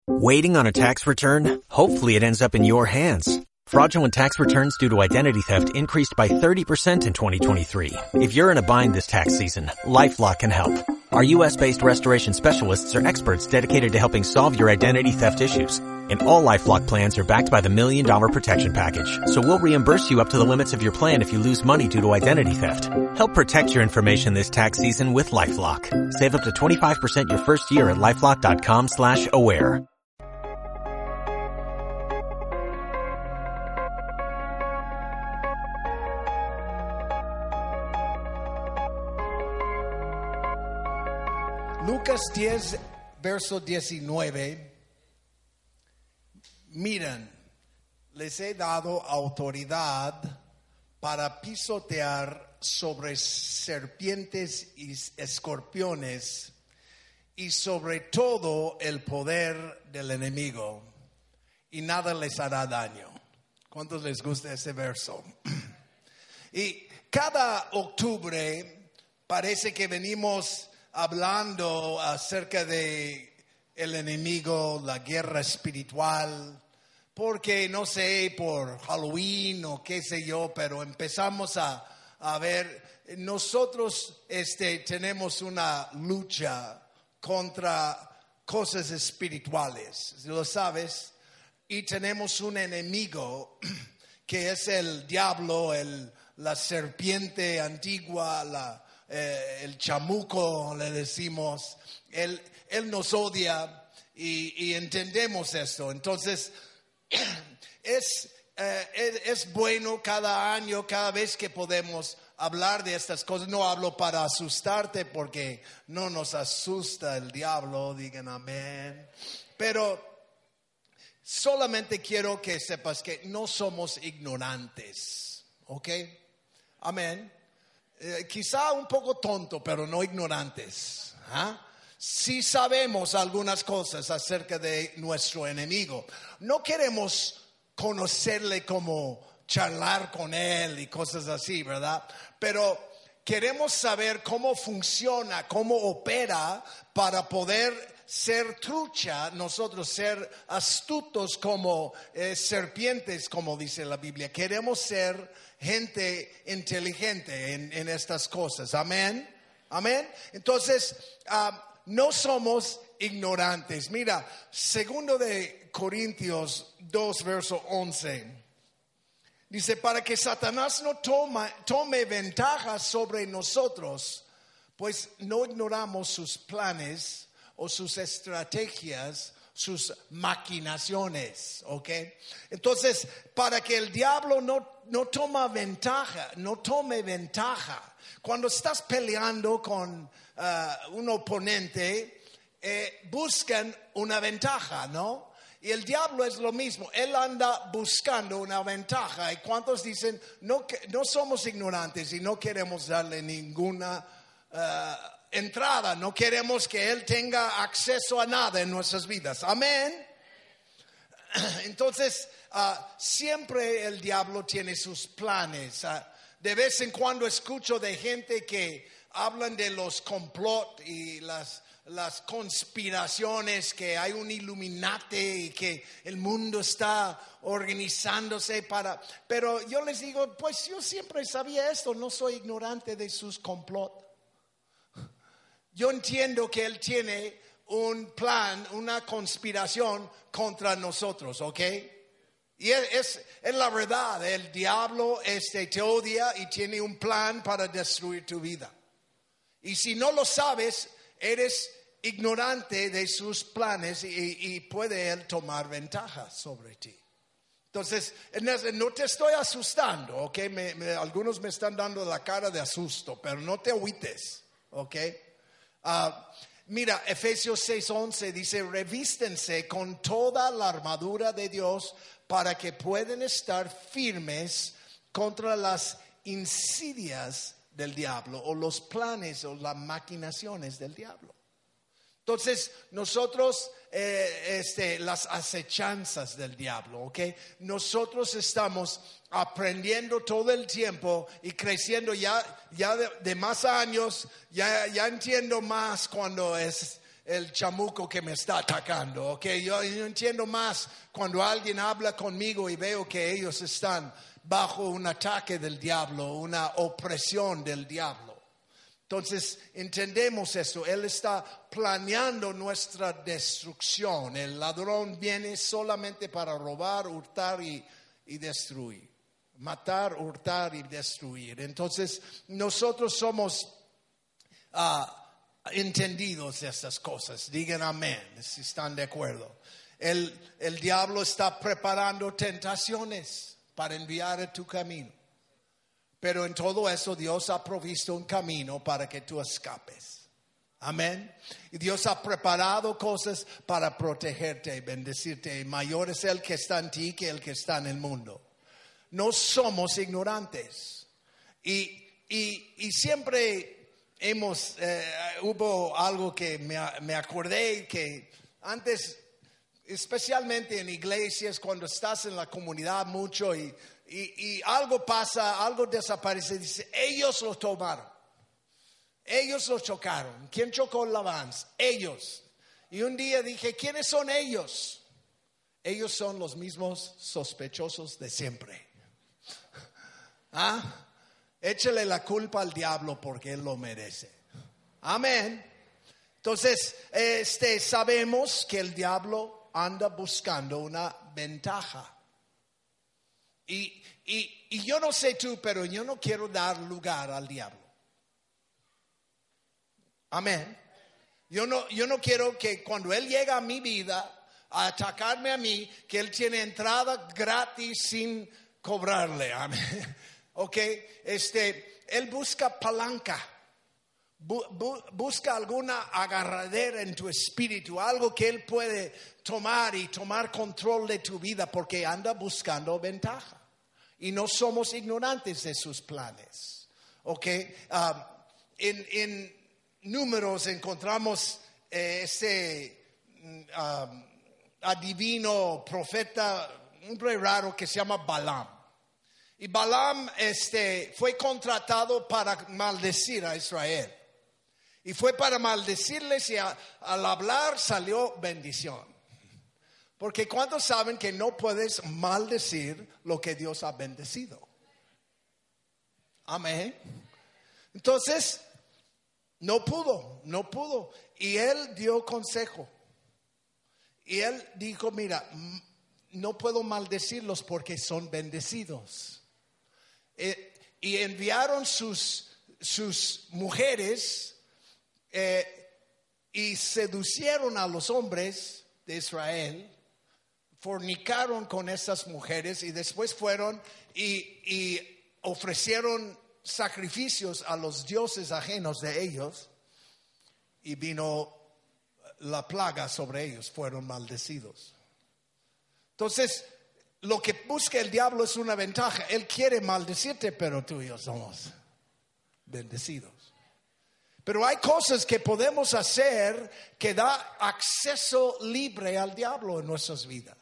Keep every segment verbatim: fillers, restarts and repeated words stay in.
Waiting on a tax return? Hopefully it ends up in your hands. Fraudulent tax returns due to identity theft increased by thirty percent in twenty twenty-three. If you're in a bind this tax season, LifeLock can help. Our U S-based restoration specialists are experts dedicated to helping solve your identity theft issues. And all LifeLock plans are backed by the Million Dollar Protection Package. So we'll reimburse you up to the limits of your plan if you lose money due to identity theft. Help protect your information this tax season with LifeLock. Save up to twenty-five percent your first year at LifeLock.com slash aware. Lucas diez, verso diecinueve. Miren, les he dado autoridad para pisotear sobre serpientes y escorpiones y sobre todo el poder del enemigo, y nada les hará daño. ¿Cuántos les gusta ese verso? Y cada octubre parece que venimos hablando acerca de el enemigo, la guerra espiritual, porque no sé, por Halloween o qué sé yo, pero empezamos a, a ver, nosotros este, tenemos una lucha contra cosas espirituales, ¿lo sabes? Y tenemos un enemigo que es el diablo, el, la serpiente antigua, la Eh, el chamuco, le decimos. Él, él nos odia y, y entendemos esto. Entonces, es, eh, es, es bueno cada año, cada vez que podemos hablar de estas cosas. No hablo para asustarte, porque no nos asusta el diablo, digan amén. Pero solamente quiero que sepas que no somos ignorantes, ¿ok? Amén. Eh, quizá un poco tonto, pero no ignorantes. ¿Ah? Sí sabemos algunas cosas acerca de nuestro enemigo. No queremos conocerle, como charlar con él y cosas así, ¿verdad? Pero queremos saber cómo funciona, cómo opera, para poder ser trucha, nosotros ser astutos como eh, serpientes, como dice la Biblia. Queremos ser gente inteligente en, en estas cosas. Amén. Amén. Entonces, uh, no somos ignorantes. Mira, segundo de Corintios dos, verso once. Dice, para que Satanás no toma, tome ventaja sobre nosotros, pues no ignoramos sus planes o sus estrategias, sus maquinaciones, ¿ok? Entonces, para que el diablo no, no toma ventaja, no tome ventaja. Cuando estás peleando con uh, un oponente, eh, buscan una ventaja, ¿no? Y el diablo es lo mismo. Él anda buscando una ventaja. ¿Y cuántos dicen, no, no somos ignorantes y no queremos darle ninguna uh, entrada, no queremos que él tenga acceso a nada en nuestras vidas? Amén. Entonces, uh, siempre el diablo tiene sus planes. Uh, de vez en cuando escucho de gente que hablan de los complot y las, las conspiraciones, que hay un Illuminati y que el mundo está organizándose para... Pero yo les digo, pues yo siempre sabía esto, no soy ignorante de sus complot. Yo entiendo que él tiene un plan, una conspiración contra nosotros, ¿ok? Y es, es la verdad, el diablo este, te odia y tiene un plan para destruir tu vida. Y si no lo sabes, eres ignorante de sus planes y, y puede él tomar ventaja sobre ti. Entonces, no te estoy asustando, ¿ok? Me, me, algunos me están dando la cara de asusto, pero no te agüites, ¿ok? Uh, mira, Efesios seis once dice, revístense con toda la armadura de Dios para que puedan estar firmes contra las insidias del diablo, o los planes o las maquinaciones del diablo. Entonces, nosotros, eh, este, las acechanzas del diablo, ¿ok? Nosotros estamos aprendiendo todo el tiempo y creciendo ya, ya de, de más años, ya, ya entiendo más cuando es el chamuco que me está atacando, ¿ok? Yo, yo entiendo más cuando alguien habla conmigo y veo que ellos están bajo un ataque del diablo, una opresión del diablo. Entonces entendemos eso. Él está planeando nuestra destrucción. El ladrón viene solamente para robar, hurtar y, y destruir. Matar, hurtar y destruir. Entonces nosotros somos uh, entendidos de estas cosas. Digan amén si están de acuerdo. El, el diablo está preparando tentaciones para enviar a tu camino. Pero en todo eso Dios ha provisto un camino para que tú escapes. Amén. Y Dios ha preparado cosas para protegerte y bendecirte. Y mayor es el que está en ti que el que está en el mundo. No somos ignorantes. Y, y, y siempre hemos, eh, hubo algo que me, me acordé que antes, especialmente en iglesias, cuando estás en la comunidad mucho y Y, y algo pasa, algo desaparece, dice, ellos lo tomaron, ellos lo chocaron. ¿Quién chocó la vans? Ellos. Y un día dije, ¿quiénes son ellos? Ellos son los mismos sospechosos de siempre. ¿Ah? Échale la culpa al diablo porque él lo merece. Amén. Entonces, este, sabemos que el diablo anda buscando una ventaja. Y, y, y yo no sé tú, pero yo no quiero dar lugar al diablo. Amén. Yo no, yo no quiero que cuando él llega a mi vida a atacarme a mí, que él tiene entrada gratis sin cobrarle. Amén. Ok, este, él busca palanca. Bu, bu, busca alguna agarradera en tu espíritu, algo que él puede tomar y tomar control de tu vida porque anda buscando ventaja. Y no somos ignorantes de sus planes. Ok, um, en, en Números encontramos eh, ese um, adivino profeta, un hombre raro que se llama Balaam. Y Balaam este, fue contratado para maldecir a Israel. Y fue para maldecirles y a, al hablar salió bendición. Porque ¿cuántos saben que no puedes maldecir lo que Dios ha bendecido? Amén. Entonces, no pudo, no pudo. Y él dio consejo. Y él dijo, mira, no puedo maldecirlos porque son bendecidos. Eh, y enviaron sus, sus mujeres eh, y seducieron a los hombres de Israel. Fornicaron con esas mujeres y después fueron y, y ofrecieron sacrificios a los dioses ajenos de ellos y vino la plaga sobre ellos, fueron maldecidos. Entonces, lo que busca el diablo es una ventaja. Él quiere maldecirte, pero tú y yo somos bendecidos. Pero hay cosas que podemos hacer que da acceso libre al diablo en nuestras vidas.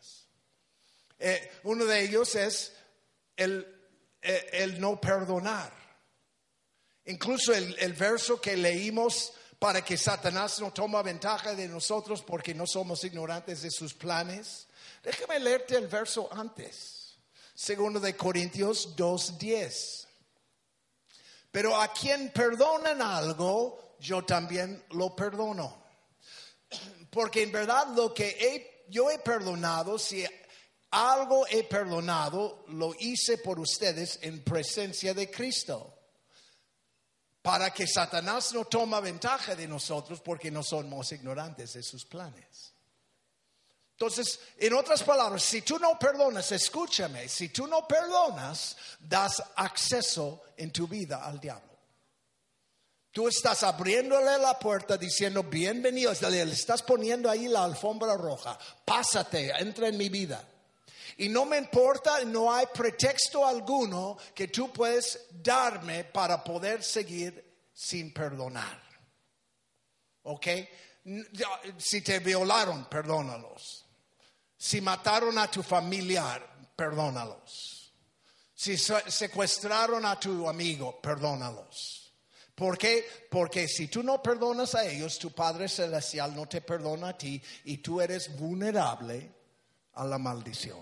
Eh, uno de ellos es el, el, el no perdonar. Incluso el, el verso que leímos para que Satanás no tome ventaja de nosotros porque no somos ignorantes de sus planes. Déjame leerte el verso antes. Segundo de Corintios dos diez. Pero a quien perdonan algo, yo también lo perdono. Porque en verdad lo que he, yo he perdonado, si algo he perdonado, lo hice por ustedes en presencia de Cristo. Para que Satanás no tome ventaja de nosotros porque no somos ignorantes de sus planes. Entonces, en otras palabras, si tú no perdonas, escúchame, si tú no perdonas, das acceso en tu vida al diablo. Tú estás abriéndole la puerta diciendo, bienvenido, le estás poniendo ahí la alfombra roja, pásate, entra en mi vida. Y no me importa, no hay pretexto alguno que tú puedes darme para poder seguir sin perdonar. ¿Ok? Si te violaron, perdónalos. Si mataron a tu familiar, perdónalos. Si secuestraron a tu amigo, perdónalos. ¿Por qué? Porque si tú no perdonas a ellos, tu Padre Celestial no te perdona a ti y tú eres vulnerable a la maldición.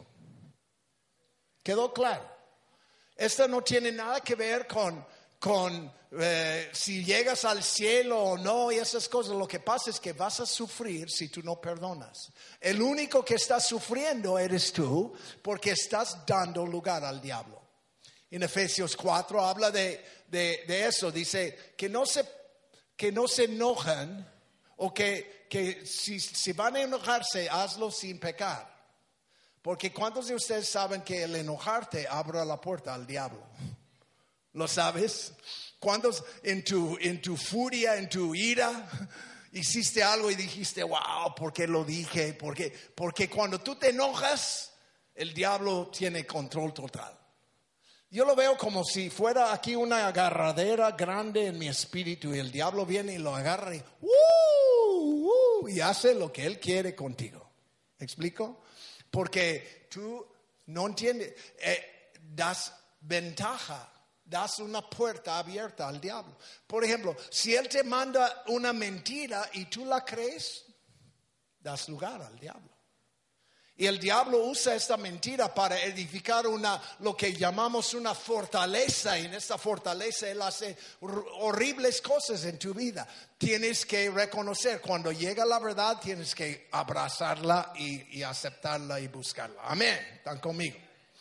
¿Quedó claro? Esto no tiene nada que ver con, con eh, si llegas al cielo o no y esas cosas. Lo que pasa es que vas a sufrir si tú no perdonas. El único que está sufriendo eres tú porque estás dando lugar al diablo. En Efesios cuatro habla de, de, de eso. Dice que no se, que no se enojan o que, que si, si van a enojarse, hazlo sin pecar. Porque ¿cuántos de ustedes saben que el enojarte abre la puerta al diablo? ¿Lo sabes? ¿Cuántos en tu, en tu furia, en tu ira, hiciste algo y dijiste, wow, ¿por qué lo dije? Porque, porque cuando tú te enojas, el diablo tiene control total. Yo lo veo como si fuera aquí una agarradera grande en mi espíritu y el diablo viene y lo agarra y, uh, uh, y hace lo que él quiere contigo. ¿Me explico? Porque tú no entiendes, eh, das ventaja, das una puerta abierta al diablo. Por ejemplo, si él te manda una mentira y tú la crees, das lugar al diablo. Y el diablo usa esta mentira para edificar una, lo que llamamos una fortaleza. Y en esta fortaleza él hace horribles cosas en tu vida. Tienes que reconocer, cuando llega la verdad, tienes que abrazarla y, y aceptarla y buscarla. Amén. ¿Están conmigo?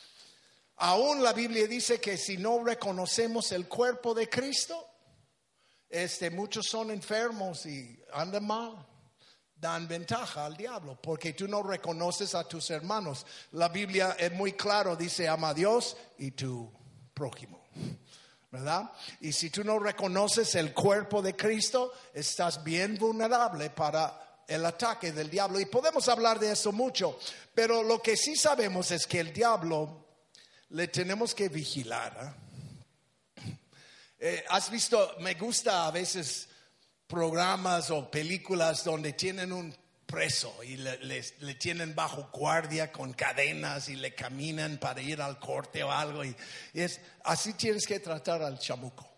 Aún la Biblia dice que si no reconocemos el cuerpo de Cristo, este, muchos son enfermos y andan mal. Dan ventaja al diablo porque tú no reconoces a tus hermanos. La Biblia es muy claro, dice ama a Dios y tu prójimo, ¿verdad? Y si tú no reconoces el cuerpo de Cristo, estás bien vulnerable para el ataque del diablo. Y podemos hablar de eso mucho, pero lo que sí sabemos es que el diablo le tenemos que vigilar. ¿eh? Eh, ¿Has visto? Me gusta a veces programas o películas donde tienen un preso y le, le, le tienen bajo guardia con cadenas y le caminan para ir al corte o algo y, y es así tienes que tratar al chamuco.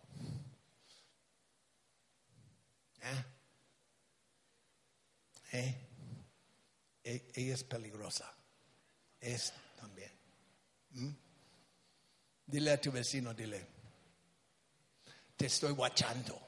¿Eh? ¿Eh? E, ella es peligrosa. Es también. ¿Mm? Dile a tu vecino, dile, te estoy guachando.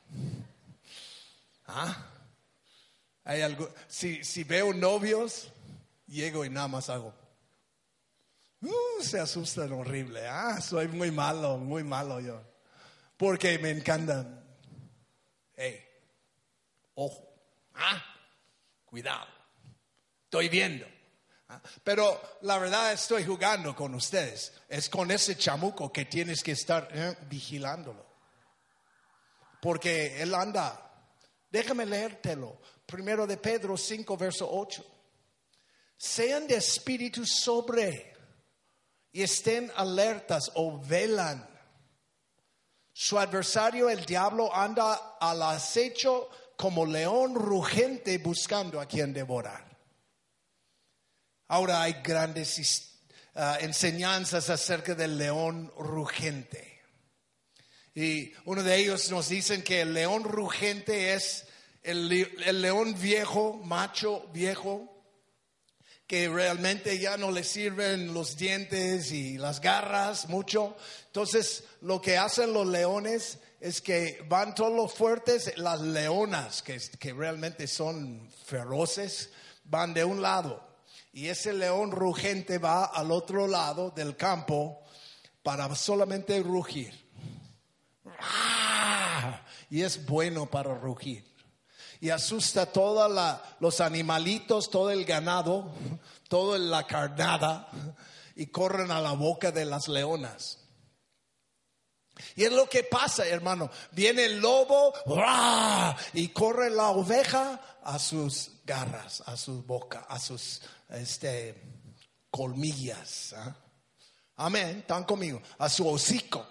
¿Ah? Hay algo, si, si veo novios, llego y nada más hago. Uh, se asustan horrible. Ah, soy muy malo, muy malo yo. Porque me encantan. Hey, ojo. Ah, cuidado. Estoy viendo. Ah, pero la verdad estoy jugando con ustedes. Es con ese chamuco que tienes que estar eh, vigilándolo. Porque él anda. Déjame leértelo. Primero de Pedro cinco, verso ocho. Sean de espíritu sobre y estén alertas o velan. Su adversario, el diablo, anda al acecho como león rugente buscando a quien devorar. Ahora hay grandes uh, enseñanzas acerca del león rugente. Y uno de ellos nos dicen que el león rugente es el, el león viejo, macho viejo, que realmente ya no le sirven los dientes y las garras mucho. Entonces lo que hacen los leones es que van todos los fuertes, las leonas que, que realmente son feroces, van de un lado. Y ese león rugente va al otro lado del campo para solamente rugir. Y es bueno para rugir y asusta a todos los animalitos, todo el ganado, toda la carnada y corren a la boca de las leonas. Y es lo que pasa, hermano. Viene el lobo y corre la oveja a sus garras, a su boca, a sus este, colmillas. ¿eh? Amén, están conmigo. A su hocico.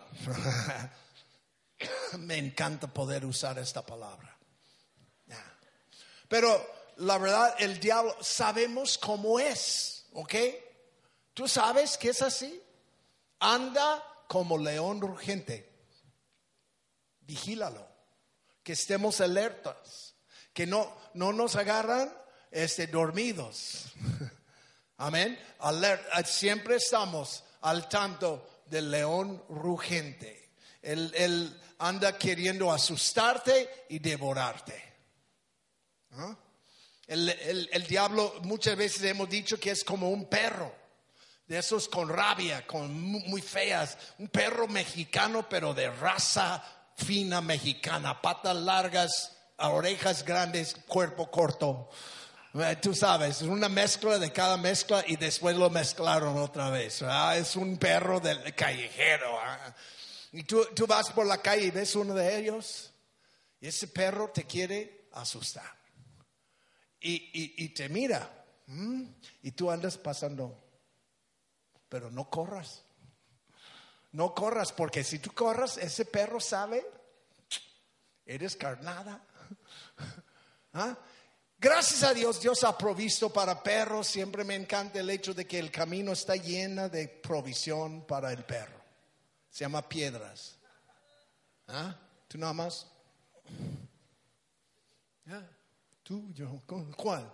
Me encanta poder usar esta palabra. Yeah. Pero la verdad, el diablo, sabemos cómo es, ¿ok? ¿Tú sabes que es así? Anda como león rugente. Vigílalo. que estemos alertas, que no, no nos agarran este, dormidos. Amén. Alert, siempre estamos al tanto del león rugente. Él, él anda queriendo asustarte y devorarte. ¿Ah? El, el, el diablo, muchas veces hemos dicho que es como un perro, de esos con rabia, con muy, muy feas, un perro mexicano pero de raza fina mexicana, patas largas, orejas grandes, cuerpo corto. Tú sabes, es una mezcla de cada mezcla y después lo mezclaron otra vez. ¿Verdad? Es un perro del callejero. ¿Verdad? Y tú, tú vas por la calle y ves uno de ellos y ese perro te quiere asustar. Y, y, y te mira. ¿Mm? Y tú andas pasando. Pero no corras. No corras, porque si tú corras, ese perro sabe, eres carnada. ¿Ah? Gracias a Dios, Dios ha provisto para perros. Siempre me encanta el hecho de que el camino está lleno de provisión para el perro. Se llama piedras. ¿Ah? ¿Tú nada más? ¿Ah? ¿Tú? ¿Yo? ¿Cuál?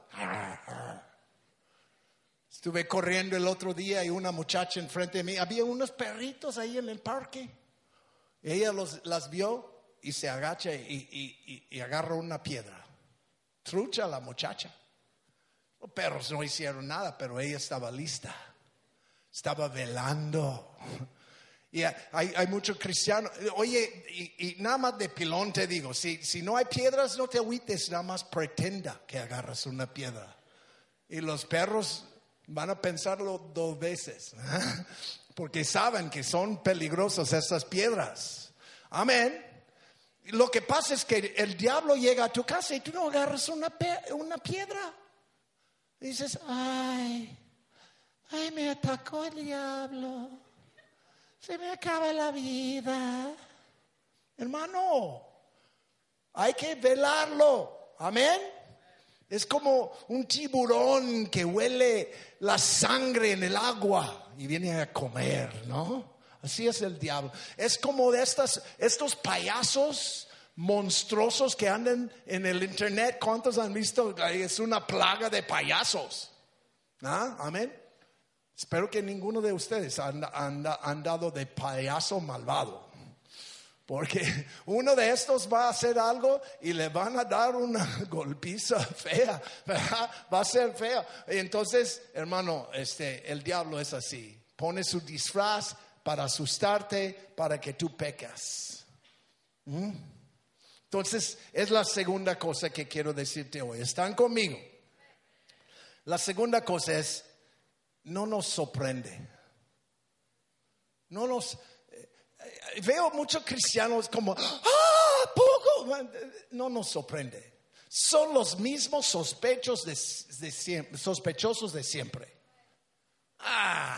Estuve corriendo el otro día y una muchacha enfrente de mí. Había unos perritos ahí en el parque. Ella los, las vio y se agacha y, y, y, y agarra una piedra. Trucha la muchacha. Los perros no hicieron nada, pero ella estaba lista. Estaba velando. Y hay, hay muchos cristianos. Oye, y, y nada más de pilón te digo, si, si no hay piedras, no te agüites, nada más pretenda que agarras una piedra. Y los perros van a pensarlo dos veces, ¿eh? Porque saben que son peligrosas esas piedras. Amén. Lo que pasa es que el diablo llega a tu casa y tú no agarras una, pe- una piedra. Y dices, ay, ay, me atacó el diablo. Se me acaba la vida. Hermano, hay que velarlo. Amén. Es como un tiburón que huele la sangre en el agua y viene a comer, ¿no? Así es el diablo. Es como de estas, estos payasos monstruosos que andan en el internet. ¿Cuántos han visto? Es una plaga de payasos. ¿Ah? Amén. Espero que ninguno de ustedes anda, anda, andado de payaso malvado. Porque uno de estos va a hacer algo y le van a dar una golpiza fea, ¿verdad? Va a ser fea. Entonces, hermano, este, el diablo es así. Pone su disfraz para asustarte, para que tú pecas. ¿Mm? Entonces, es la segunda cosa que quiero decirte hoy. ¿Están conmigo? La segunda cosa es, no nos sorprende. No nos... Veo muchos cristianos como, ah, poco. No nos sorprende. Son los mismos sospechosos de, de siempre, sospechosos de siempre. Ah,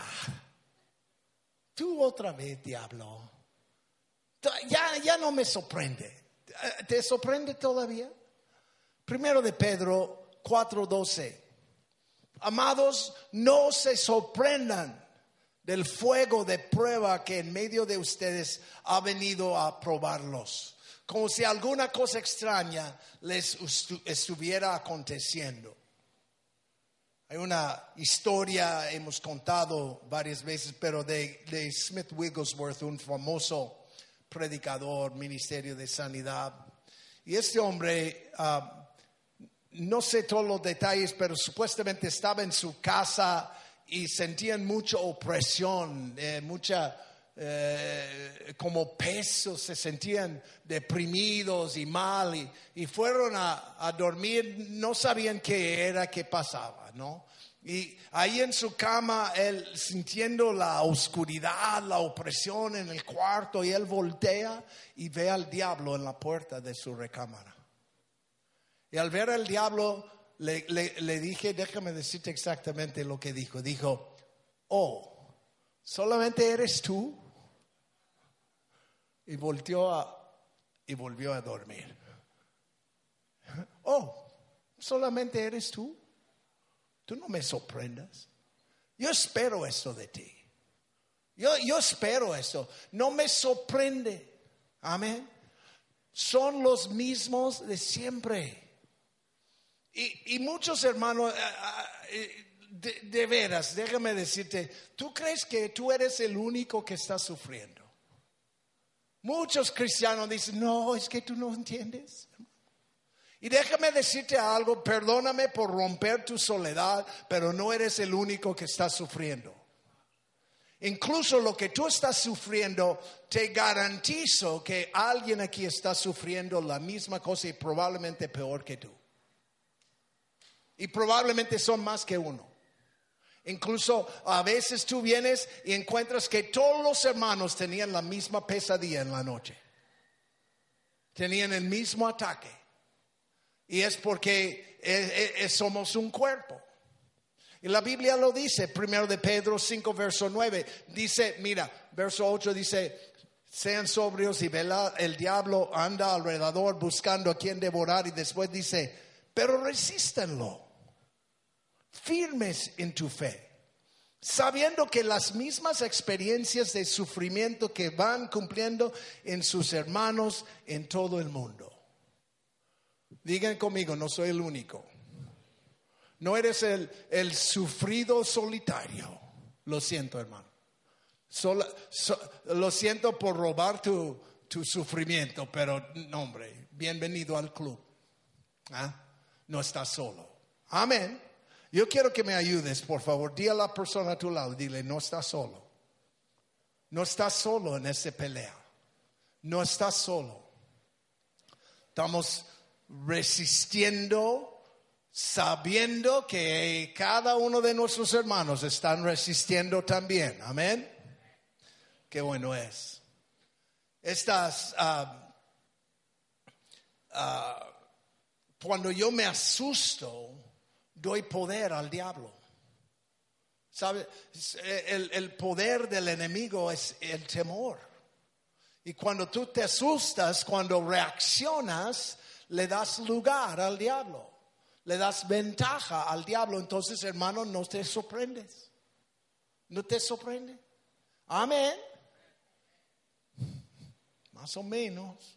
tú otra vez, diablo. Ya, ya no me sorprende. ¿Te sorprende todavía? Primero de Pedro cuatro doce. Amados, no se sorprendan del fuego de prueba que en medio de ustedes ha venido a probarlos, como si alguna cosa extraña les estuviera aconteciendo. Hay una historia, hemos contado varias veces, pero de, de Smith Wigglesworth, un famoso predicador, ministerio de sanidad. Y este hombre, uh, no sé todos los detalles, pero supuestamente estaba en su casa y sentían mucha opresión, eh, mucha eh, como peso, se sentían deprimidos y mal y, y fueron a, a dormir, no sabían qué era, qué pasaba, ¿no? Y ahí en su cama, él sintiendo la oscuridad, la opresión en el cuarto, y él voltea y ve al diablo en la puerta de su recámara. Y al ver al diablo, Le, le, le dije, déjame decirte exactamente lo que dijo. Dijo, oh, ¿solamente eres tú? Y volteó a, y volvió a dormir. Oh, ¿solamente eres tú? Tú no me sorprendas. Yo espero esto de ti. Yo, yo espero esto. No me sorprende. Amén. son los mismos de siempre. Y, y muchos hermanos, de, de veras, déjame decirte, ¿tú crees que tú eres el único que está sufriendo? Muchos cristianos dicen, no, es que tú no entiendes. Y déjame decirte algo, perdóname por romper tu soledad, pero no eres el único que está sufriendo. Incluso lo que tú estás sufriendo, te garantizo que alguien aquí está sufriendo la misma cosa y probablemente peor que tú. Y probablemente son más que uno. Incluso a veces tú vienes y encuentras que todos los hermanos tenían la misma pesadilla en la noche. Tenían el mismo ataque. Y es porque es, es, somos un cuerpo. Y la Biblia lo dice, primero de Pedro cinco, verso nueve. Dice, mira, verso ocho dice, sean sobrios y velad, el diablo anda alrededor buscando a quien devorar. Y después dice, pero resístanlo, firmes en tu fe, sabiendo que las mismas experiencias de sufrimiento que van cumpliendo en sus hermanos en todo el mundo. Digan conmigo, no soy el único. No eres el, el sufrido solitario. Lo siento, hermano. Solo, so, lo siento por robar tu, tu sufrimiento, pero no, hombre, bienvenido al club. ¿Ah? No estás solo. Amén. Yo quiero que me ayudes, por favor. Dile a la persona a tu lado, dile, no estás solo. No estás solo en esta pelea. No estás solo. Estamos resistiendo, sabiendo que cada uno de nuestros hermanos están resistiendo también. Amén. Qué bueno es. Estas, uh, uh, cuando yo me asusto, doy poder al diablo. ¿Sabe? El, el poder del enemigo es el temor. Y cuando tú te asustas, cuando reaccionas, le das lugar al diablo. Le das ventaja al diablo. Entonces, hermano, no te sorprendes. No te sorprende. Amén. Más o menos.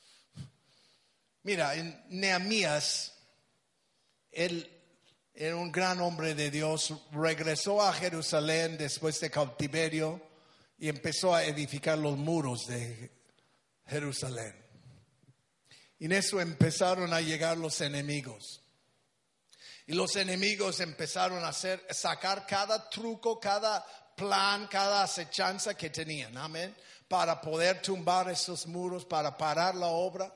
Mira, en Nehemías, él era un gran hombre de Dios. Regresó a Jerusalén después de cautiverio y empezó a edificar los muros de Jerusalén. Y en eso empezaron a llegar los enemigos. Y los enemigos empezaron a hacer, sacar cada truco, cada plan, cada acechanza que tenían. Amén. Para poder tumbar esos muros, para parar la obra.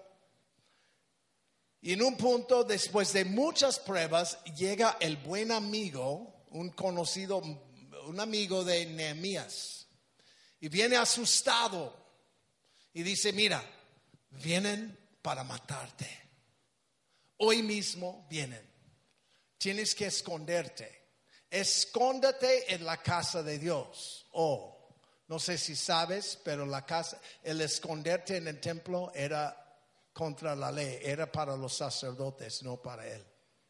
Y en un punto, después de muchas pruebas, llega el buen amigo, un conocido, un amigo de Nehemías. Y viene asustado. Y dice, mira, vienen para matarte. Hoy mismo vienen. Tienes que esconderte. Escóndete en la casa de Dios. Oh, no sé si sabes, pero la casa, el esconderte en el templo era contra la ley, era para los sacerdotes, no para él.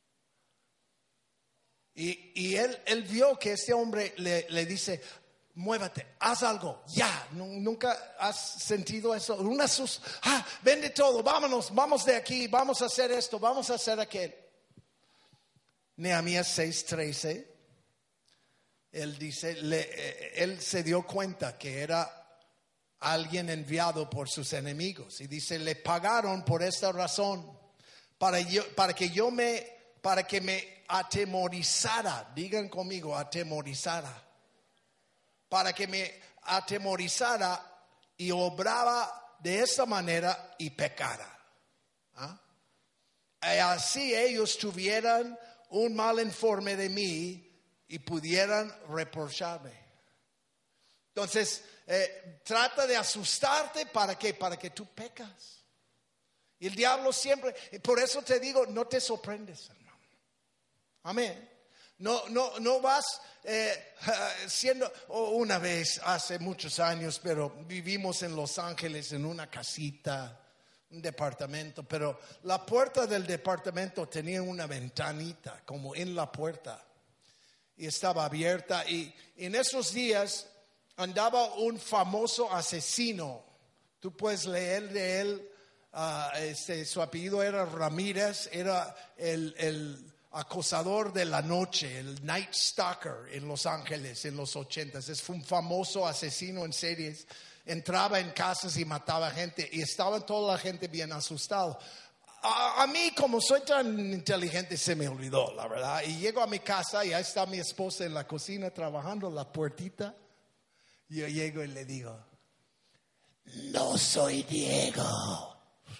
Y, y él, él vio que este hombre le, le dice, muévete, haz algo, ya. Nunca has sentido eso. Una sus, ah, vende todo, vámonos, vamos de aquí, vamos a hacer esto, vamos a hacer aquel. Nehemías seis trece, él dice, le, él se dio cuenta que era alguien enviado por sus enemigos. Y dice, le pagaron por esta razón, para, yo, para que yo me, para que me atemorizara. Digan conmigo, atemorizara. Para que me atemorizara y obraba de esta manera y pecara. ¿Ah? Y así ellos tuvieran un mal informe de mí y pudieran reprocharme. Entonces, eh, trata de asustarte. ¿Para qué? Para que tú pecas. Y el diablo siempre, por eso te digo, no te sorprendes, hermano. Amén. No, no, no vas eh, siendo, oh, una vez hace muchos años, pero vivimos en Los Ángeles en una casita, un departamento, pero la puerta del departamento tenía una ventanita como en la puerta y estaba abierta. Y en esos días andaba un famoso asesino. Tú puedes leer de él uh, este, su apellido era Ramírez, era el, el acosador de la noche, el Night Stalker en Los Ángeles en los ochentas. Es un famoso asesino en series. Entraba en casas y mataba gente y estaba toda la gente bien asustada. A, a mí, como soy tan inteligente, se me olvidó, la verdad. Y llego a mi casa y ahí está mi esposa en la cocina trabajando la puertita. Y yo llego y le digo, no soy Diego.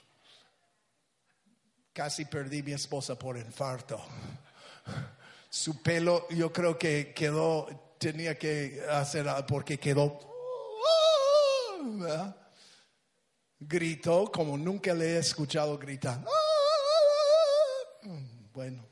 Casi perdí mi esposa por infarto. Su pelo, yo creo que quedó, tenía que hacer porque quedó. ¿verdad? Gritó como nunca le he escuchado gritar. Bueno,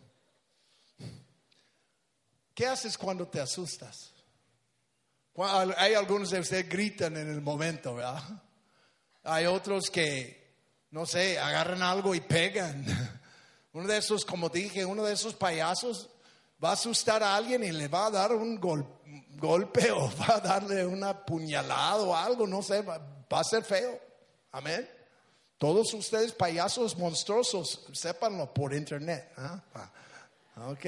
¿qué haces cuando te asustas? Hay algunos de ustedes gritan en el momento, ¿verdad? Hay otros que, no sé, agarran algo y pegan. Uno de esos, como dije, uno de esos payasos va a asustar a alguien y le va a dar un gol, golpe o va a darle una puñalada o algo, no sé, va, va a ser feo. Amén. Todos ustedes payasos monstruosos, sépanlo por internet. ¿eh? Ok.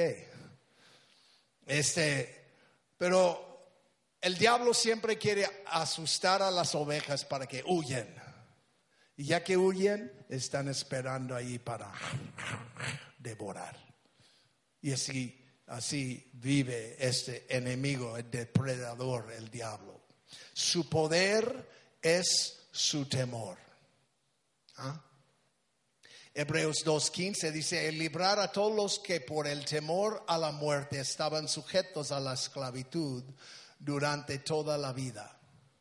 Este, pero el diablo siempre quiere asustar a las ovejas para que huyan. Y ya que huyen, están esperando ahí para devorar. Y así Así vive este enemigo, el depredador, el diablo. Su poder es su temor. ¿Ah? Hebreos dos quince dice, el librar a todos los que por el temor a la muerte estaban sujetos a la esclavitud durante toda la vida.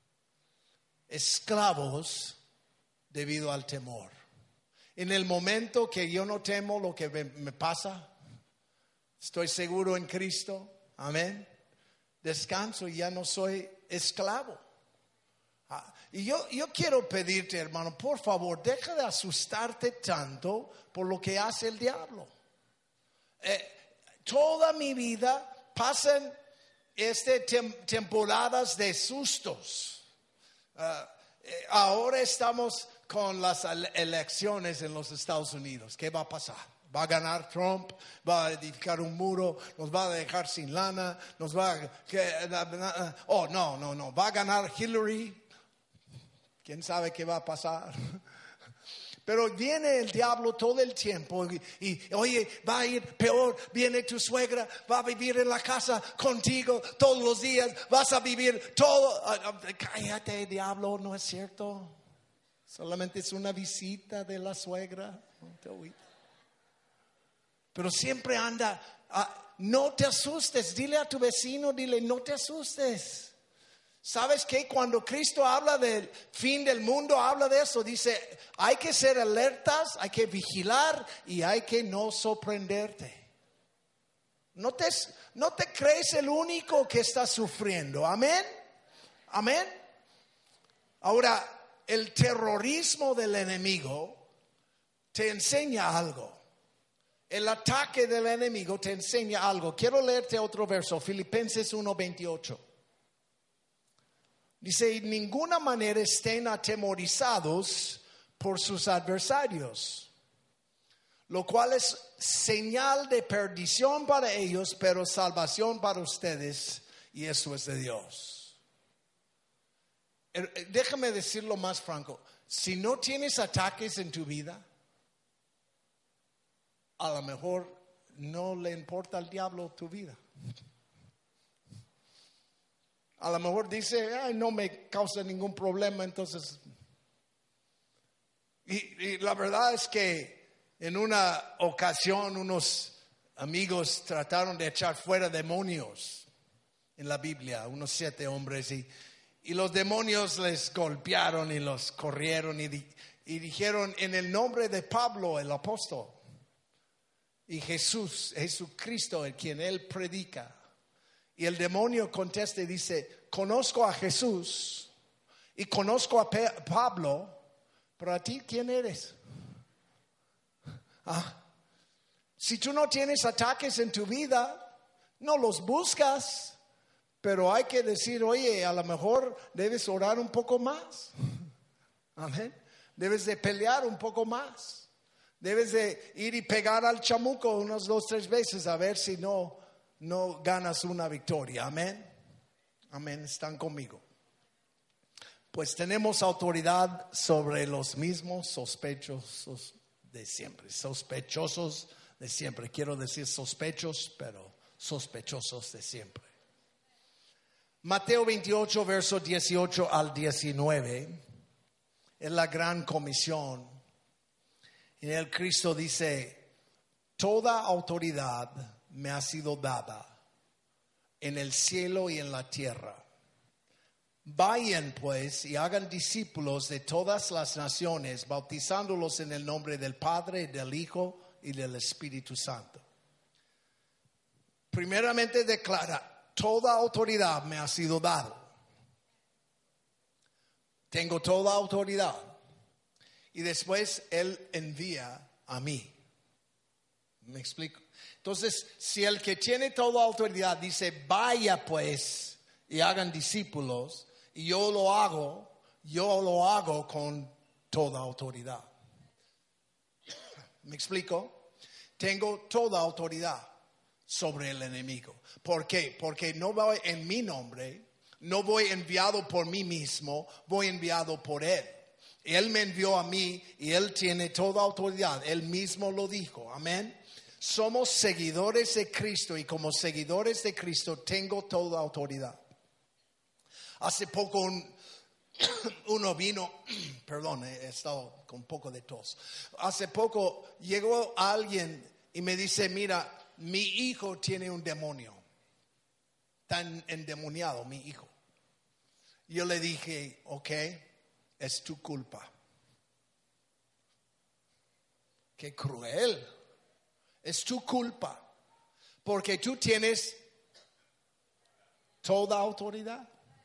Esclavos debido al temor. En el momento que yo no temo lo que me, me pasa, estoy seguro en Cristo, amén, descanso y ya no soy esclavo. Ah, y yo, yo quiero pedirte, hermano, por favor, deja de asustarte tanto por lo que hace el diablo. Eh, toda mi vida pasan este tem- temporadas de sustos. Uh, eh, ahora estamos con las elecciones en los Estados Unidos. ¿Qué va a pasar? Va a ganar Trump, va a edificar un muro, nos va a dejar sin lana, nos va a... Que, oh, no, no, no, va a ganar Hillary. ¿Quién sabe qué va a pasar? Pero viene el diablo todo el tiempo y, y oye, va a ir peor, viene tu suegra, va a vivir en la casa contigo todos los días, vas a vivir todo. Cállate, diablo, no es cierto. Solamente es una visita de la suegra. No te oí. Pero siempre anda, uh, no te asustes, dile a tu vecino, dile, no te asustes. ¿Sabes qué? Cuando Cristo habla del fin del mundo, habla de eso, dice, hay que ser alertas, hay que vigilar y hay que no sorprenderte. No te, no te crees el único que está sufriendo, amén, amén. Ahora, el terrorismo del enemigo te enseña algo. El ataque del enemigo te enseña algo. Quiero leerte otro verso, Filipenses uno veintiocho. Dice, en ninguna manera estén atemorizados por sus adversarios, lo cual es señal de perdición para ellos, pero salvación para ustedes, y eso es de Dios. Déjame decirlo más franco, si no tienes ataques en tu vida, a lo mejor no le importa al diablo tu vida. A lo mejor dice, ay, no me causa ningún problema, entonces. Y, y la verdad es que en una ocasión unos amigos trataron de echar fuera demonios en la Biblia, unos siete hombres, y, y los demonios les golpearon y los corrieron y, y dijeron en el nombre de Pablo, el apóstol, y Jesús, Jesucristo, el quien él predica. Y el demonio contesta y dice, conozco a Jesús y conozco a Pe- Pablo, pero a ti, ¿quién eres? ¿Ah? Si tú no tienes ataques en tu vida, no los buscas, pero hay que decir, oye, a lo mejor debes orar un poco más. Amén. Debes de pelear un poco más. Debes de ir y pegar al chamuco unas dos, tres veces a ver si no, no ganas una victoria. Amén. Amén. Están conmigo. Pues tenemos autoridad sobre los mismos sospechosos de siempre. Sospechosos de siempre. Quiero decir sospechos, pero sospechosos de siempre. Mateo veintiocho, versos dieciocho al diecinueve. Es la gran comisión. En el Cristo dice: toda autoridad me ha sido dada en el cielo y en la tierra. Vayan pues y hagan discípulos de todas las naciones, bautizándolos en el nombre del Padre, del Hijo y del Espíritu Santo. Primeramente declara: toda autoridad me ha sido dada. Tengo toda autoridad. Y después Él envía a mí. ¿Me explico? Entonces, si el que tiene toda autoridad dice: vaya pues y hagan discípulos, y yo lo hago, yo lo hago con toda autoridad. ¿Me explico? Tengo toda autoridad sobre el enemigo. ¿Por qué? Porque no voy en mi nombre, no voy enviado por mí mismo, voy enviado por Él. Él me envió a mí y Él tiene toda autoridad. Él mismo lo dijo. Amén. Somos seguidores de Cristo y como seguidores de Cristo tengo toda autoridad. Hace poco un, uno vino, perdón, he estado con un poco de tos. Hace poco llegó alguien y me dice: mira, mi hijo tiene un demonio. Tan endemoniado mi hijo. Yo le dije: ok, es tu culpa. Qué cruel. Es tu culpa. Porque tú tienes toda autoridad.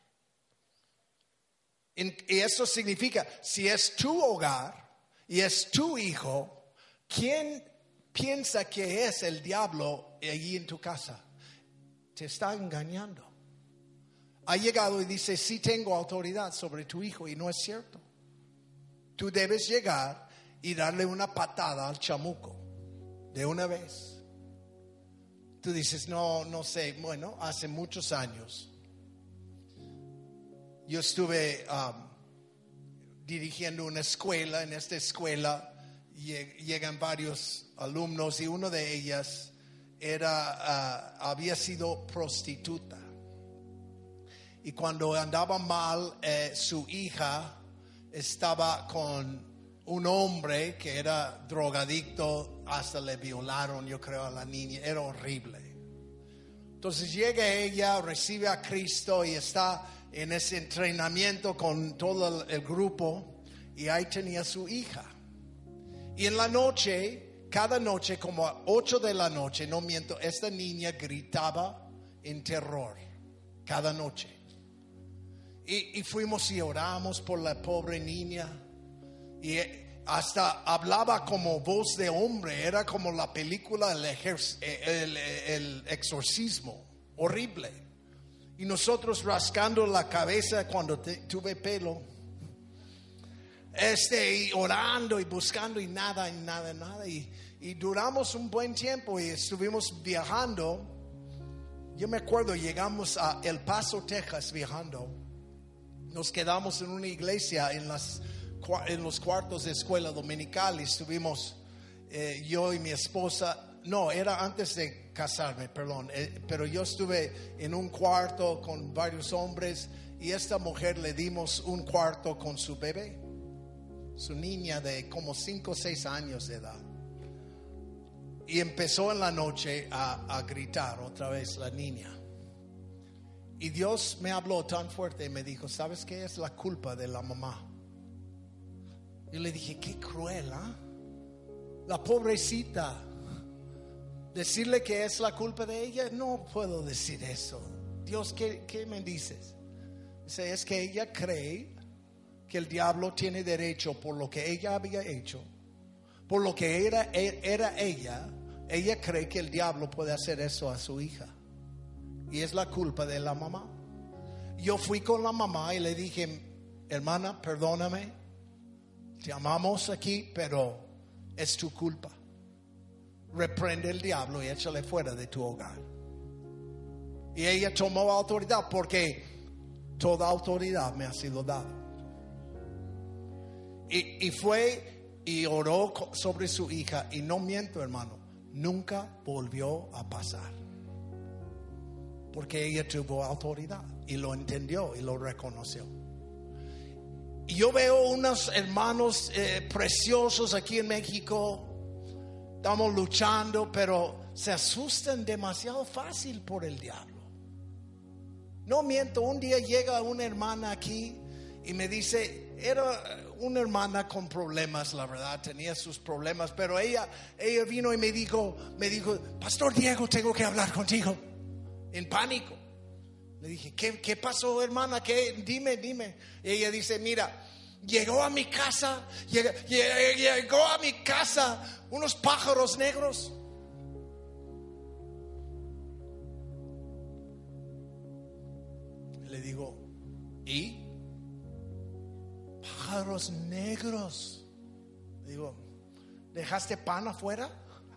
Y eso significa, si es tu hogar y es tu hijo, ¿quién piensa que es el diablo allí en tu casa? Te está engañando. Ha llegado y dice: sí tengo autoridad sobre tu hijo, y no es cierto. Tú debes llegar y darle una patada al chamuco de una vez. Tú dices: no, no sé. Bueno, hace muchos años yo estuve um, dirigiendo una escuela. En esta escuela llegan varios alumnos y uno de ellas era, uh, había sido prostituta. Y cuando andaba mal, eh, su hija estaba con un hombre que era drogadicto. Hasta le violaron, yo creo, a la niña. Era horrible. Entonces llega ella, recibe a Cristo y está en ese entrenamiento con todo el, el grupo. Y ahí tenía su hija. Y en la noche, cada noche, como a ocho de la noche, no miento, esta niña gritaba en terror. Cada noche. Y, y fuimos y oramos por la pobre niña. Y hasta hablaba como voz de hombre. Era como la película El, ejer- el, el exorcismo. Horrible. Y nosotros rascando la cabeza cuando te, tuve pelo. Este, y orando y buscando y nada, y nada, nada. Y, y duramos un buen tiempo y estuvimos viajando. Yo me acuerdo, llegamos a El Paso, Texas, viajando. Nos quedamos en una iglesia en, las, en los cuartos de escuela dominical. Y estuvimos eh, yo y mi esposa. No, era antes de casarme, perdón. Eh, pero yo estuve en un cuarto con varios hombres. Y a esta mujer le dimos un cuarto con su bebé. Su niña de como cinco o seis años de edad. Y empezó en la noche a, a gritar otra vez la niña. Y Dios me habló tan fuerte y me dijo: ¿sabes qué? Es la culpa de la mamá. Yo le dije: qué cruel, ¿eh? La pobrecita. Decirle que es la culpa de ella, no puedo decir eso. Dios, ¿qué, qué me dices? Dice: es que ella cree que el diablo tiene derecho por lo que ella había hecho, por lo que era, era ella. Ella cree que el diablo puede hacer eso a su hija. Y es la culpa de la mamá. Yo fui con la mamá y le dije: hermana, perdóname. te amamos aquí, pero es tu culpa. Reprende el diablo y échale fuera de tu hogar. Y ella tomó autoridad, porque toda autoridad me ha sido dada. Y, y fue y oró sobre su hija, y no miento, hermano, nunca volvió a pasar, porque ella tuvo autoridad y lo entendió y lo reconoció. Y yo veo unos hermanos eh, preciosos aquí en México. Estamos luchando, pero se asustan demasiado fácil por el diablo. No miento, un día llega una hermana aquí y me dice, era una hermana con problemas, la verdad, tenía sus problemas, pero ella, ella vino y me dijo, me dijo, Pastor Diego, tengo que hablar contigo. En pánico. Le dije, ¿qué, qué pasó, hermana? ¿Qué? Dime, dime. Y ella dice, mira, llegó a mi casa, llegó, llegó a mi casa unos pájaros negros. Le digo, ¿y? Pájaros negros. Le digo, ¿dejaste pan afuera?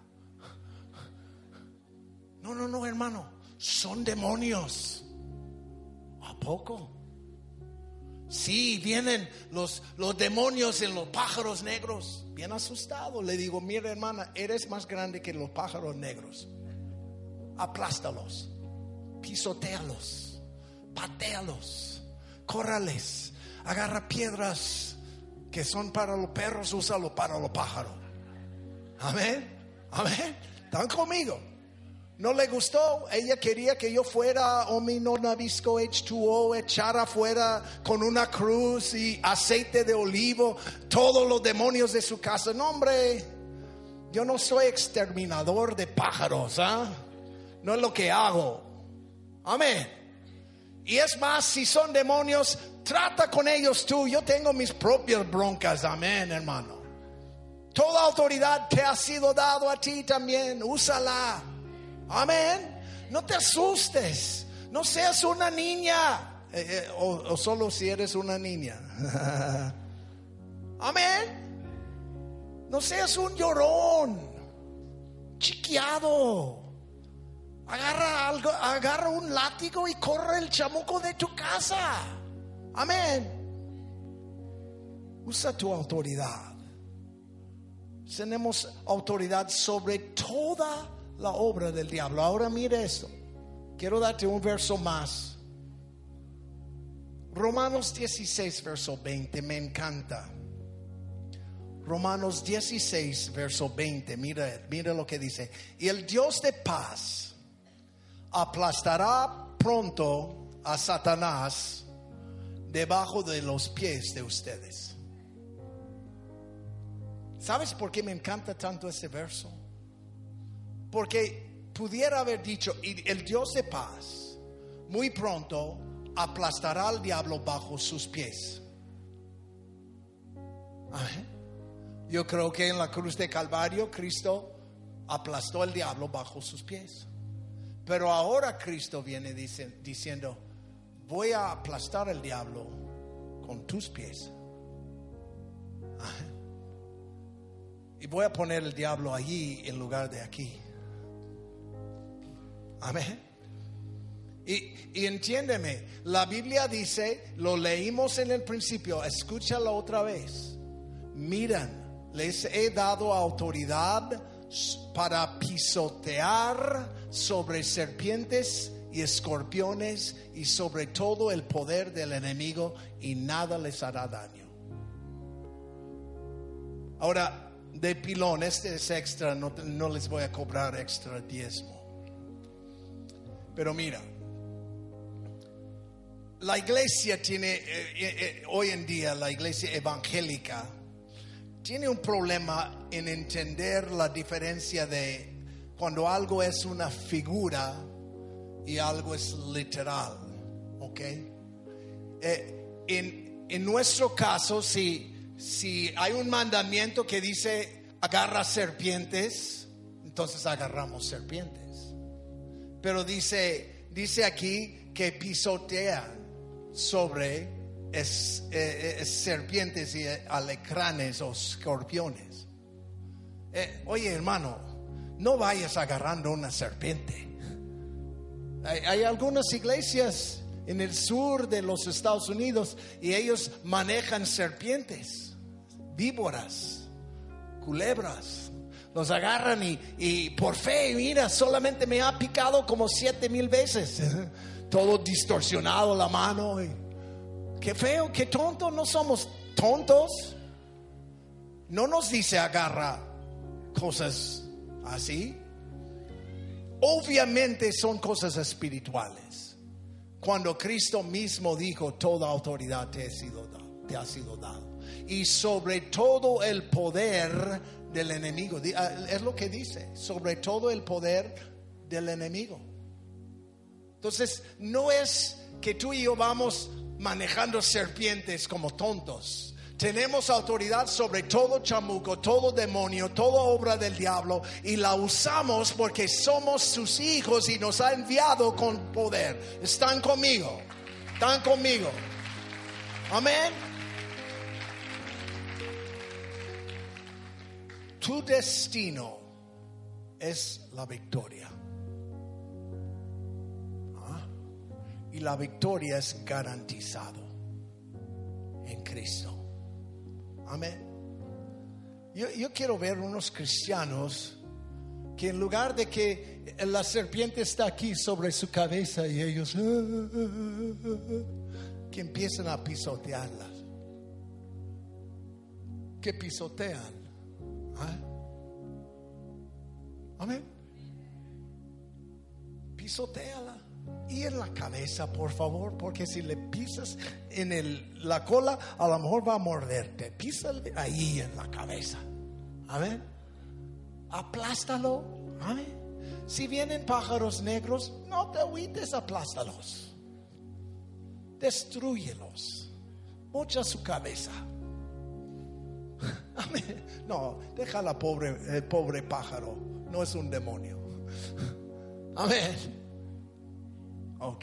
No, no, no, hermano, son demonios. ¿A poco? Sí, vienen los, los demonios en los pájaros negros. Bien asustado. Le digo, mira, hermana, eres más grande que los pájaros negros. Aplástalos, pisotéalos, patéalos, córrales, agarra piedras que son para los perros, úsalo para los pájaros. Amén, amén. ¿Están conmigo? No le gustó. Ella quería que yo fuera Omino Nabisco H dos O, echara afuera con una cruz y aceite de olivo todos los demonios de su casa. No, hombre, yo no soy exterminador de pájaros, ¿ah? ¿eh? No es lo que hago. Amén. Y es más, si son demonios, trata con ellos tú. Yo tengo mis propias broncas. Amén, hermano. Toda autoridad te ha sido dado a ti también. Úsala. Amén. No te asustes. No seas una niña. Eh, eh, o, o solo si eres una niña. Amén. No seas un llorón, chiqueado. Agarra algo, agarra un látigo y corre el chamuco de tu casa. Amén. Usa tu autoridad. Tenemos autoridad sobre toda la obra del diablo. Ahora mire esto. Quiero darte un verso más. Romanos dieciséis, verso veinte. Me encanta. Romanos dieciséis, verso veinte. Mira, mira lo que dice. Y el Dios de paz aplastará pronto a Satanás debajo de los pies de ustedes. ¿Sabes por qué me encanta tanto ese verso? Porque pudiera haber dicho, y el Dios de paz muy pronto aplastará al diablo bajo sus pies. Amén. Yo creo que en la cruz de Calvario Cristo aplastó al diablo bajo sus pies. Pero ahora Cristo viene dice, diciendo, voy a aplastar al diablo con tus pies. Amén. Y voy a poner el diablo allí en lugar de aquí. Amén. Y, y entiéndeme, la Biblia dice, lo leímos en el principio, escúchalo otra vez. Miren, les he dado autoridad para pisotear sobre serpientes y escorpiones y sobre todo el poder del enemigo, y nada les hará daño. Ahora, de pilón, este es extra, no, no les voy a cobrar extra diezmo. Pero mira, la iglesia tiene, eh, eh, hoy en día la iglesia evangélica tiene un problema en entender la diferencia de cuando algo es una figura y algo es literal. ¿Ok? Eh, en, en nuestro caso, si, si hay un mandamiento que dice agarra serpientes, entonces agarramos serpientes. Pero dice, dice aquí que pisotean sobre es, eh, es serpientes y alacranes o escorpiones. Eh, oye, hermano, no vayas agarrando una serpiente. Hay, hay algunas iglesias en el sur de los Estados Unidos y ellos manejan serpientes, víboras, culebras. Los agarran y, y por fe, mira, solamente me ha picado como siete mil veces. Todo distorsionado la mano. Y, qué feo, qué tonto. No somos tontos. No nos dice agarra cosas así. Obviamente son cosas espirituales. Cuando Cristo mismo dijo: toda autoridad te ha sido dada, te ha sido dado, y sobre todo el poder del enemigo. Es lo que dice, sobre todo el poder del enemigo. Entonces no es que tú y yo vamos manejando serpientes como tontos. Tenemos autoridad sobre todo chamuco, todo demonio, toda obra del diablo, y la usamos porque somos sus hijos y nos ha enviado con poder. Están conmigo, están conmigo. Amén. Tu destino es la victoria. ¿Ah? Y la victoria es garantizado en Cristo. Amén. Yo, yo quiero ver unos cristianos que en lugar de que la serpiente está aquí sobre su cabeza y ellos que empiezan a pisotearlas, que pisotean. ¿Ah? Amén. Pisoteala. Y en la cabeza, por favor, porque si le pisas en el, la cola, a lo mejor va a morderte. Písale ahí en la cabeza. Amén. Aplástalo. Amén. Si vienen pájaros negros, no te agüites, aplástalos. Destrúyelos. Mocha su cabeza. Amén. No, deja la pobre, el pobre pájaro. No es un demonio. Amén. Ok.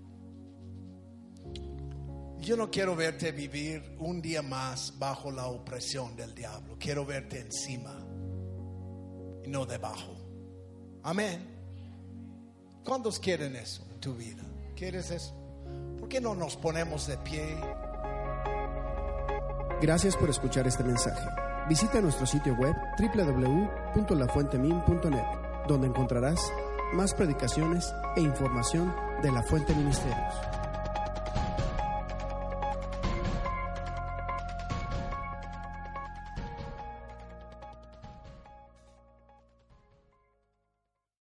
Yo no quiero verte vivir un día más bajo la opresión del diablo. Quiero verte encima y no debajo. Amén. ¿Cuántos quieren eso en tu vida? ¿Quieres eso? ¿Por qué no nos ponemos de pie? Gracias por escuchar este mensaje. Visita nuestro sitio web doble u doble u doble u punto la fuente min punto net, donde encontrarás más predicaciones e información de La Fuente Ministerios.